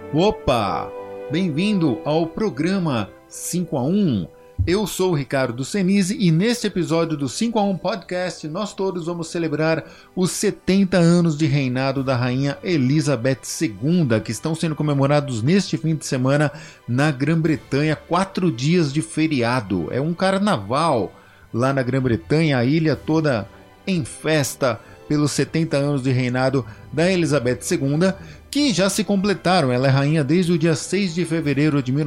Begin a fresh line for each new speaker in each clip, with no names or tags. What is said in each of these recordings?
Opa! Bem-vindo ao programa 5 a 1. Eu sou o Ricardo Senise e neste episódio do 5 a 1 Podcast nós todos vamos celebrar os 70 anos de reinado da Rainha Elizabeth II, que estão sendo comemorados neste fim de semana na Grã-Bretanha, 4 dias de feriado. É um carnaval lá na Grã-Bretanha, a ilha toda em festa pelos 70 anos de reinado da Elizabeth II, que já se completaram. Ela é rainha desde o dia 6 de fevereiro de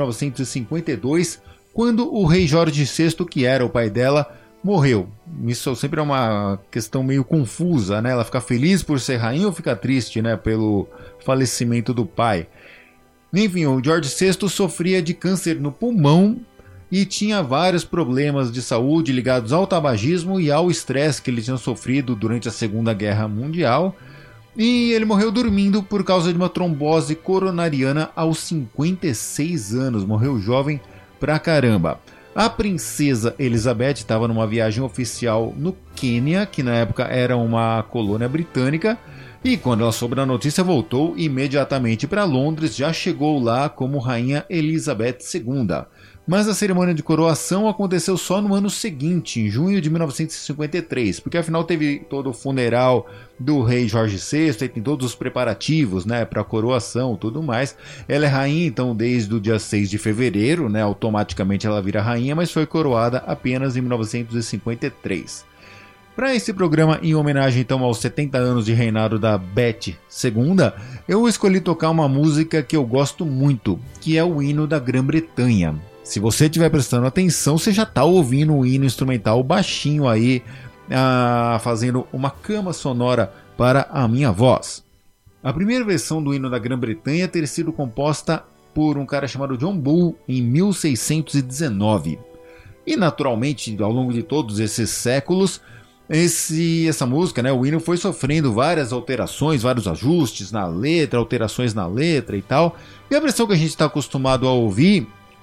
1952, quando o rei Jorge VI, que era o pai dela, morreu. Isso sempre é uma questão meio confusa, né? Ela fica feliz por ser rainha ou fica triste, né, pelo falecimento do pai. Enfim, o Jorge VI sofria de câncer no pulmão e tinha vários problemas de saúde ligados ao tabagismo e ao estresse que ele tinha sofrido durante a Segunda Guerra Mundial. E ele morreu dormindo por causa de uma trombose coronariana aos 56 anos. Morreu jovem pra caramba. A princesa Elizabeth estava numa viagem oficial no Quênia, que na época era uma colônia britânica, e quando ela soube da notícia voltou imediatamente para Londres, já chegou lá como Rainha Elizabeth II. Mas a cerimônia de coroação aconteceu só no ano seguinte, em junho de 1953, porque afinal teve todo o funeral do rei Jorge VI, e tem todos os preparativos, né, para a coroação e tudo mais. Ela é rainha, então, desde o dia 6 de fevereiro, né, automaticamente ela vira rainha, mas foi coroada apenas em 1953. Para esse programa, em homenagem então aos 70 anos de reinado da Beth II, eu escolhi tocar uma música que eu gosto muito, que é o hino da Grã-Bretanha. Se você estiver prestando atenção, você já está ouvindo o hino instrumental baixinho aí, fazendo uma cama sonora para a minha voz. A primeira versão do hino da Grã-Bretanha ter sido composta por um cara chamado John Bull em 1619. E naturalmente, ao longo de todos esses séculos, essa música, né, o hino foi sofrendo várias alterações, vários ajustes na letra, alterações na letra e tal. E a versão que a gente está acostumado a ouvir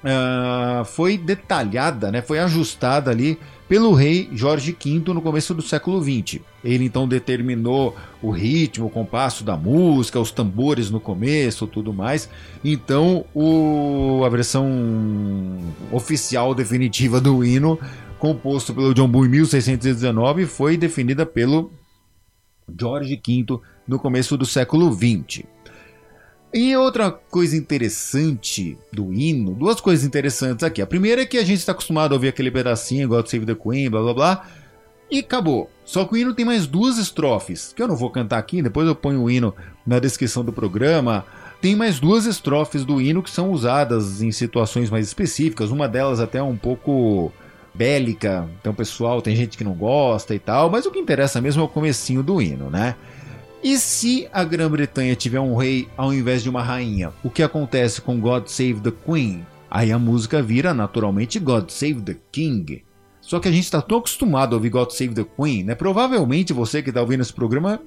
foi detalhada, né, foi ajustada ali pelo rei Jorge V no começo do século XX. Ele então determinou o ritmo, o compasso da música, os tambores no começo, tudo mais. Então a versão oficial definitiva do hino, composto pelo John Bull em 1619, foi definida pelo Jorge V no começo do século XX. E outra coisa interessante do hino, duas coisas interessantes aqui. A primeira é que a gente está acostumado a ouvir aquele pedacinho, God Save the Queen, blá blá blá, e acabou. Só que o hino tem mais duas estrofes, que eu não vou cantar aqui, depois eu ponho o hino na descrição do programa. Tem mais duas estrofes do hino que são usadas em situações mais específicas, uma delas até um pouco bélica, então pessoal, tem gente que não gosta e tal, mas o que interessa mesmo é o comecinho do hino, né? E se a Grã-Bretanha tiver um rei ao invés de uma rainha, o que acontece com God Save the Queen? Aí a música vira naturalmente God Save the King. Só que a gente está tão acostumado a ouvir God Save the Queen, né? Provavelmente você que está ouvindo esse programa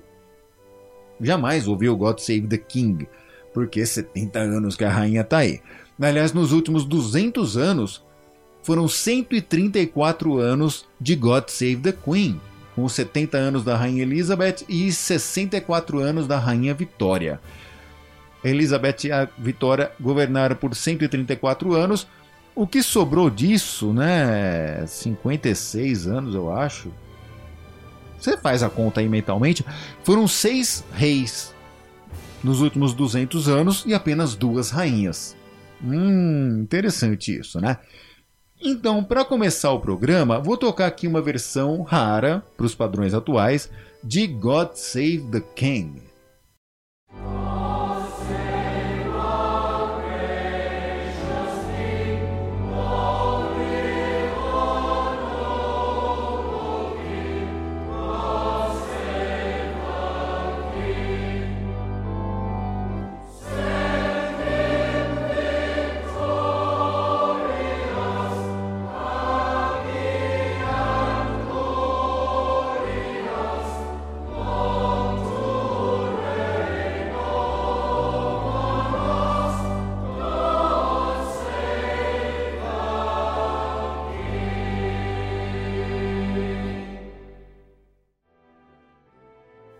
jamais ouviu God Save the King, porque 70 anos que a rainha está aí. Aliás, nos últimos 200 anos, foram 134 anos de God Save the Queen, com 70 anos da Rainha Elizabeth e 64 anos da Rainha Vitória. Elizabeth e a Vitória governaram por 134 anos. O que sobrou disso, né? 56 anos, eu acho. Você faz a conta aí mentalmente. Foram 6 reis nos últimos 200 anos e apenas 2 rainhas. Interessante isso, né? Então, para começar o programa, vou tocar aqui uma versão rara, para os padrões atuais, de God Save the King.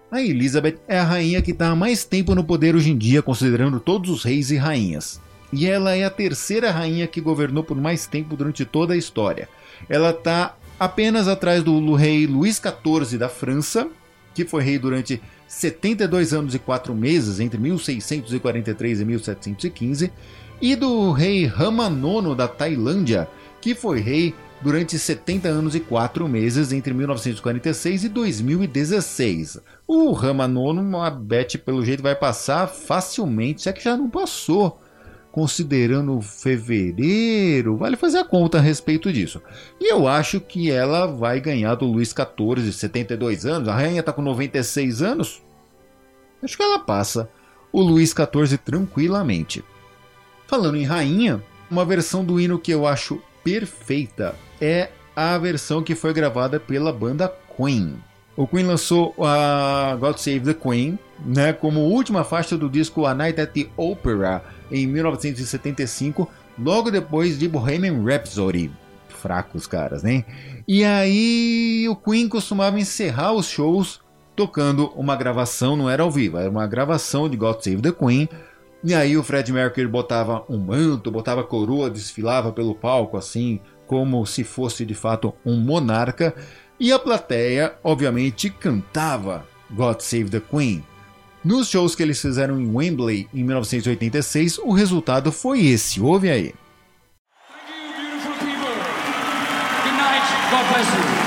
A Elizabeth é a rainha que está há mais tempo no poder hoje em dia, considerando todos os reis e rainhas. E ela é a terceira rainha que governou por mais tempo durante toda a história. Ela está apenas atrás do rei Luís XIV da França, que foi rei durante 72 anos e 4 meses, entre 1643 e 1715, e do rei Rama IX da Tailândia, que foi rei durante 70 anos e 4 meses, entre 1946 e 2016. O Rama IX, a Beth, pelo jeito, vai passar facilmente, se é que já não passou. Considerando fevereiro, vale fazer a conta a respeito disso. E eu acho que ela vai ganhar do Luís XIV, 72 anos. A rainha está com 96 anos. Acho que ela passa o Luís XIV tranquilamente. Falando em rainha, uma versão do hino que eu acho perfeita é a versão que foi gravada pela banda Queen. O Queen lançou a God Save the Queen, né, como última faixa do disco A Night at the Opera, em 1975, logo depois de Bohemian Rhapsody. Fracos caras, né? E aí o Queen costumava encerrar os shows tocando uma gravação, não era ao vivo, era uma gravação de God Save the Queen. E aí o Freddie Mercury botava um manto, botava coroa, desfilava pelo palco assim, como se fosse de fato um monarca. E a plateia, obviamente, cantava God Save the Queen. Nos shows que eles fizeram em Wembley em 1986, o resultado foi esse. Ouve aí.
Thank you, beautiful people. Good night. God bless you.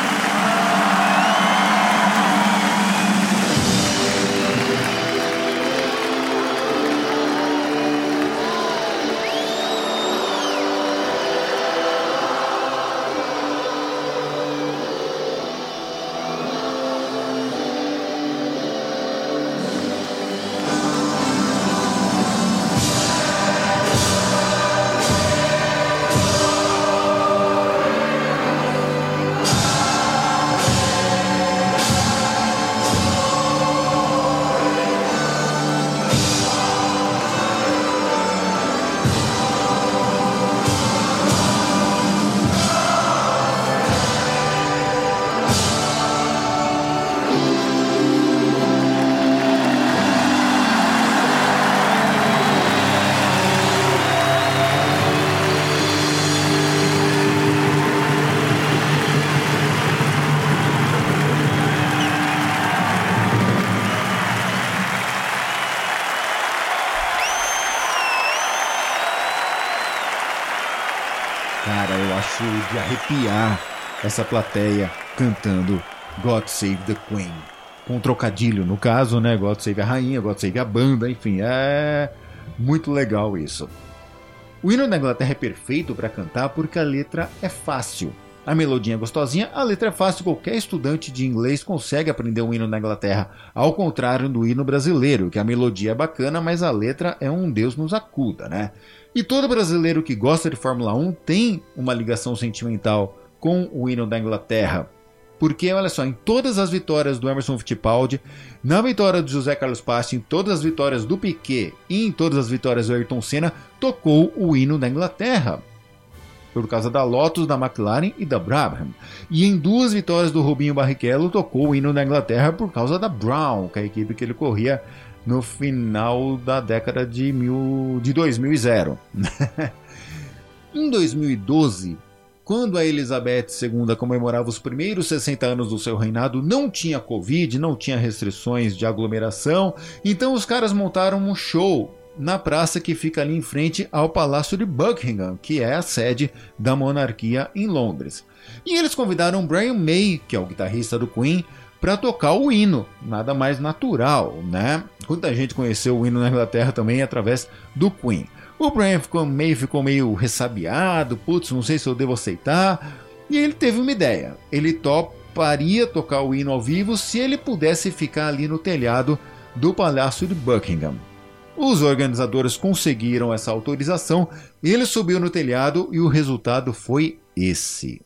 Cara, eu acho de arrepiar essa plateia cantando God Save the Queen. Com um trocadilho, no caso, né? God Save a rainha, God Save a banda, enfim, é muito legal isso. O hino da Inglaterra é perfeito para cantar porque a letra é fácil. A melodia é gostosinha, a letra é fácil, qualquer estudante de inglês consegue aprender o hino da Inglaterra, ao contrário do hino brasileiro, que a melodia é bacana, mas a letra é um Deus nos acuda, né? E todo brasileiro que gosta de Fórmula 1 tem uma ligação sentimental com o hino da Inglaterra. Porque, olha só, em todas as vitórias do Emerson Fittipaldi, na vitória do José Carlos Passe, em todas as vitórias do Piquet e em todas as vitórias do Ayrton Senna, tocou o hino da Inglaterra. Por causa da Lotus, da McLaren e da Brabham. E em 2 vitórias do Rubinho Barrichello, tocou o hino da Inglaterra por causa da Brown, que é a equipe que ele corria no final da década de 2000. Em 2012, quando a Elizabeth II comemorava os primeiros 60 anos do seu reinado, não tinha Covid, não tinha restrições de aglomeração, então os caras montaram um show na praça que fica ali em frente ao Palácio de Buckingham, que é a sede da monarquia em Londres. E eles convidaram Brian May, que é o guitarrista do Queen, para tocar o hino, nada mais natural, né? Muita gente conheceu o hino na Inglaterra também através do Queen. O Brian May ficou meio ressabiado, putz, não sei se eu devo aceitar, e ele teve uma ideia. Ele toparia tocar o hino ao vivo se ele pudesse ficar ali no telhado do Palácio de Buckingham. Os organizadores conseguiram essa autorização, ele subiu no telhado e o resultado foi esse.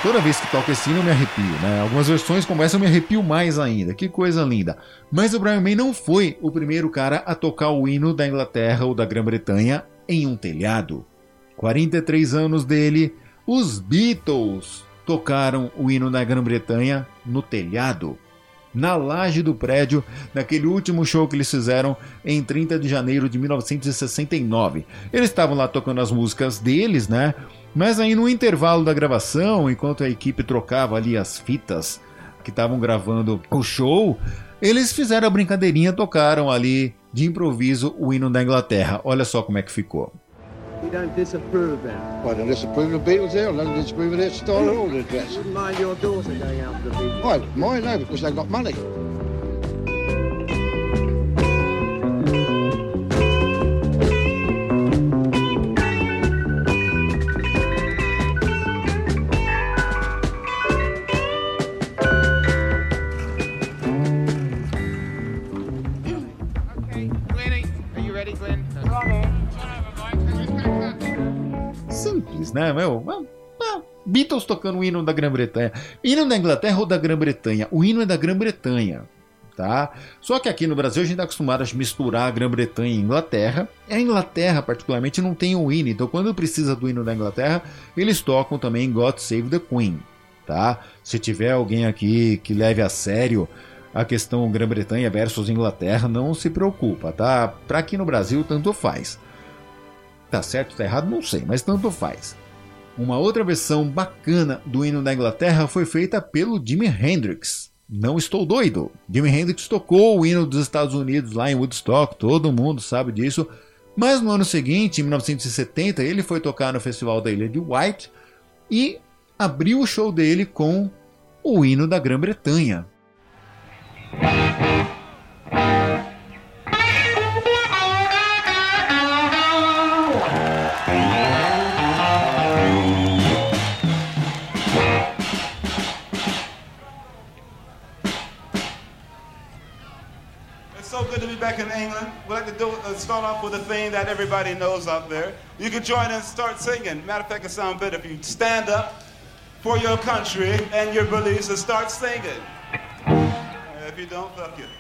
Toda vez que toca esse hino eu me arrepio, né? Algumas versões começam a me arrepio mais ainda. Que coisa linda. Mas o Brian May não foi o primeiro cara a tocar o hino da Inglaterra ou da Grã-Bretanha em um telhado. 43 anos dele, os Beatles tocaram o hino da Grã-Bretanha no telhado, na laje do prédio, naquele último show que eles fizeram em 30 de janeiro de 1969. Eles estavam lá tocando as músicas deles, né? Mas aí no intervalo da gravação, enquanto a equipe trocava ali as fitas que estavam gravando o show, eles fizeram a brincadeirinha, tocaram ali de improviso o hino da Inglaterra. Olha só como é que ficou.
You don't disapprove then?
Well, I don't disapprove of the Beatles here. I don't disapprove of their style at all, their dress.
Wouldn't mind your daughter going out with the Beatles?
Why? Why? No, because they've got money.
Simples, né, meu? Beatles tocando o hino da Grã-Bretanha. Hino da Inglaterra ou da Grã-Bretanha? O hino é da Grã-Bretanha, tá? Só que aqui no Brasil a gente está acostumado a misturar a Grã-Bretanha e a Inglaterra. A Inglaterra, particularmente, não tem o hino. Então, quando precisa do hino da Inglaterra, eles tocam também God Save the Queen, tá? Se tiver alguém aqui que leve a sério a questão Grã-Bretanha versus Inglaterra, não se preocupa, tá? Para aqui no Brasil, tanto faz. Tá certo, tá errado, não sei, mas tanto faz. Uma outra versão bacana do hino da Inglaterra foi feita pelo Jimi Hendrix. Não estou doido. Jimi Hendrix tocou o hino dos Estados Unidos lá em Woodstock, todo mundo sabe disso. Mas no ano seguinte, em 1970, ele foi tocar no Festival da Ilha de Wight e abriu o show dele com o hino da Grã-Bretanha.
So good to be back in England. We'd like to start off with a theme that everybody knows out there. You can join and start singing. Matter of fact, it sounds better if you stand up for your country and your beliefs and start singing. If you don't, fuck you.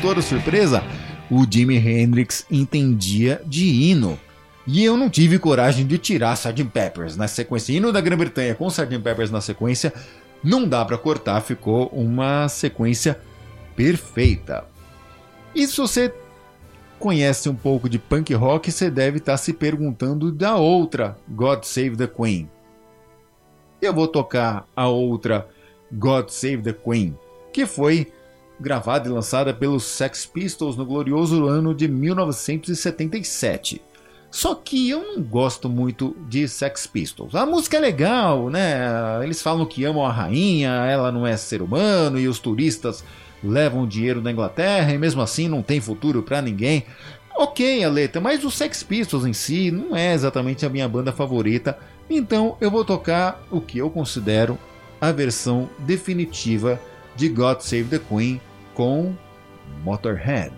toda surpresa, o Jimi Hendrix entendia de hino. E eu não tive coragem de tirar Sgt. Pepper's na sequência. Hino da Grã-Bretanha com Sgt. Pepper's na sequência, não dá para cortar, ficou uma sequência perfeita. E se você conhece um pouco de punk rock, você deve estar se perguntando da outra God Save the Queen. Eu vou tocar a outra God Save the Queen, que foi gravada e lançada pelos Sex Pistols no glorioso ano de 1977. Só que eu não gosto muito de Sex Pistols. A música é legal, né? Eles falam que amam a rainha, ela não é ser humano e os turistas levam dinheiro da Inglaterra e mesmo assim não tem futuro pra ninguém. Ok a letra, mas os Sex Pistols em si não é exatamente a minha banda favorita. Então eu vou tocar o que eu considero a versão definitiva de God Save the Queen com Motorhead.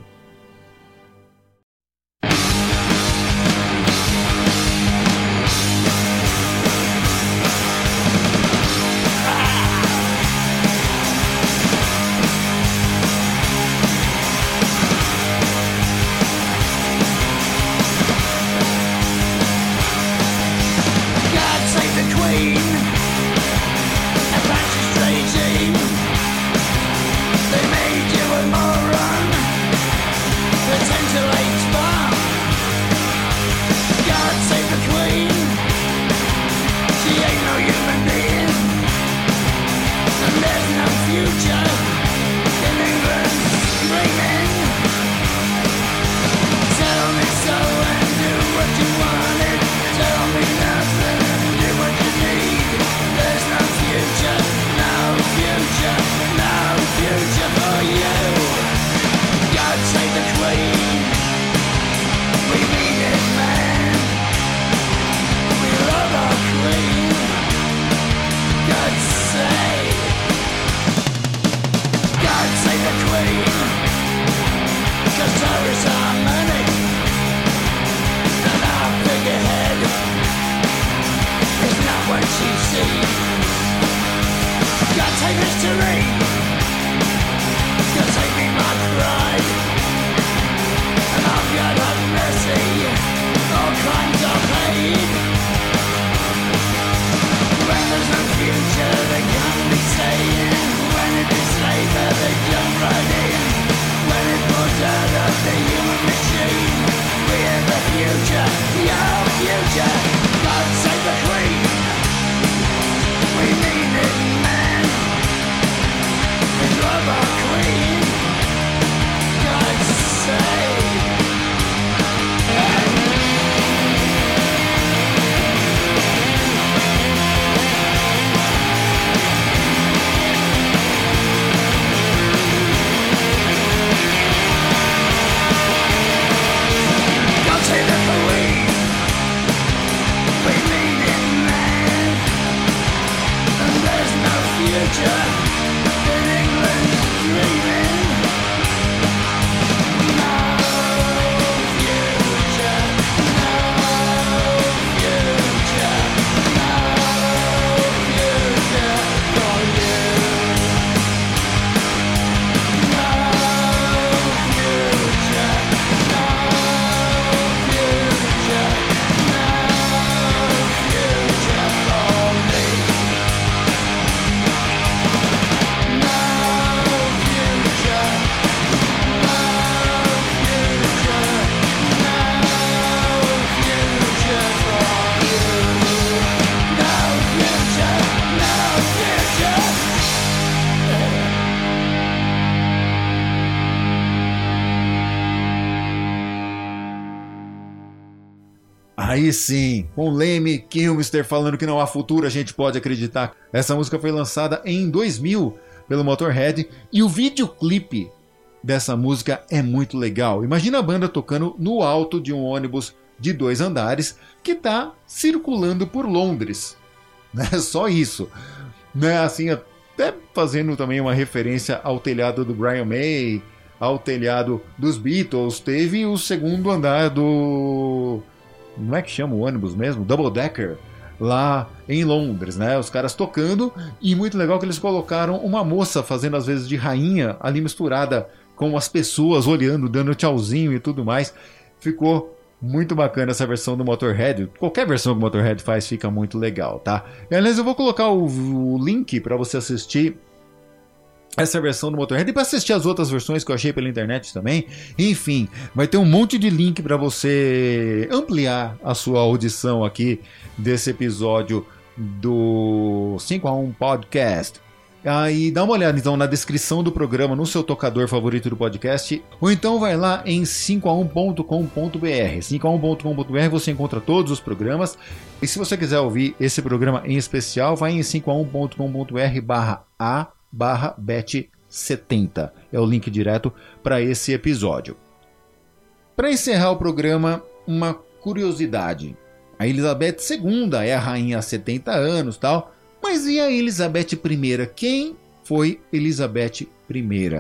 Aí sim, com Lemmy Kilmister falando que não há futuro, a gente pode acreditar. Essa música foi lançada em 2000 pelo Motorhead e o videoclipe dessa música é muito legal. Imagina a banda tocando no alto de um ônibus de 2 andares que está circulando por Londres. Só isso. Assim, até fazendo também uma referência ao telhado do Brian May, ao telhado dos Beatles. Teve o segundo andar do... Como é que chama o ônibus mesmo? Double Decker, lá em Londres, né? Os caras tocando, e muito legal que eles colocaram uma moça fazendo às vezes de rainha ali misturada com as pessoas olhando, dando tchauzinho e tudo mais. Ficou muito bacana essa versão do Motorhead. Qualquer versão que o Motorhead faz fica muito legal, tá? E, aliás, eu vou colocar o link para você assistir essa versão do Motorhead e para assistir as outras versões que eu achei pela internet também. Enfim, vai ter um monte de link para você ampliar a sua audição aqui desse episódio do 5x1 Podcast. Aí dá uma olhada então na descrição do programa no seu tocador favorito do podcast, ou então vai lá em 5a1.com.br. 5a1.com.br você encontra todos os programas, e se você quiser ouvir esse programa em especial, vai em 5a1.com.br/bet70. É o link direto para esse episódio. Para encerrar o programa, uma curiosidade. A Elizabeth II é a rainha há 70 anos, tal. Mas e a Elizabeth I? Quem foi Elizabeth I?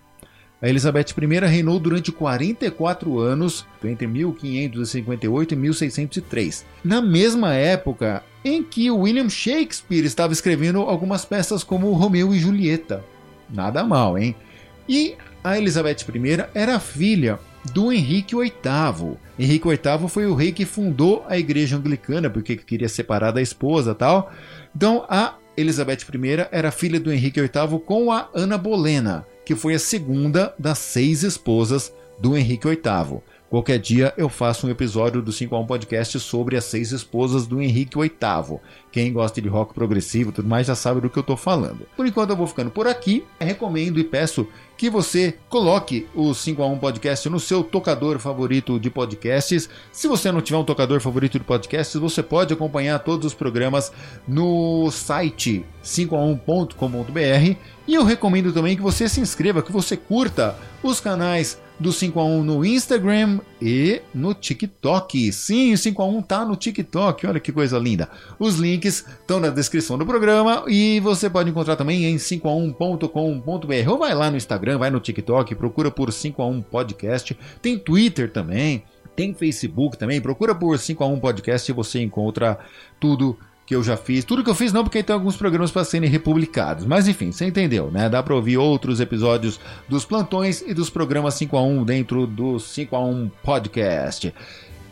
A Elizabeth I reinou durante 44 anos, entre 1558 e 1603, na mesma época em que William Shakespeare estava escrevendo algumas peças como Romeu e Julieta. Nada mal, hein? E a Elizabeth I era filha do Henrique VIII. Henrique VIII foi o rei que fundou a igreja anglicana, porque queria separar da esposa e tal. Então, a Elizabeth I era filha do Henrique VIII com a Ana Bolena, que foi a segunda das 6 esposas do Henrique VIII. Qualquer dia eu faço um episódio do 5x1 Podcast sobre as 6 esposas do Henrique VIII. Quem gosta de rock progressivo e tudo mais já sabe do que eu estou falando. Por enquanto eu vou ficando por aqui. Recomendo e peço que você coloque o 5x1 Podcast no seu tocador favorito de podcasts. Se você não tiver um tocador favorito de podcasts, você pode acompanhar todos os programas no site 5a1.com.br. E eu recomendo também que você se inscreva, que você curta os canais do 5x1 no Instagram e no TikTok. Sim, o 5x1 tá no TikTok, olha que coisa linda. Os links estão na descrição do programa e você pode encontrar também em 5a1.com.br. Ou vai lá no Instagram, vai no TikTok, procura por 5x1 Podcast. Tem Twitter também, tem Facebook também. Procura por 5x1 Podcast e você encontra tudo que eu já fiz. Tudo que eu fiz não, porque tem alguns programas para serem republicados. Mas enfim, você entendeu, né? Dá para ouvir outros episódios dos plantões e dos programas 5x1 dentro do 5x1 Podcast.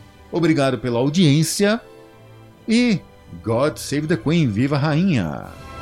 Obrigado pela audiência e God Save the Queen, viva a rainha!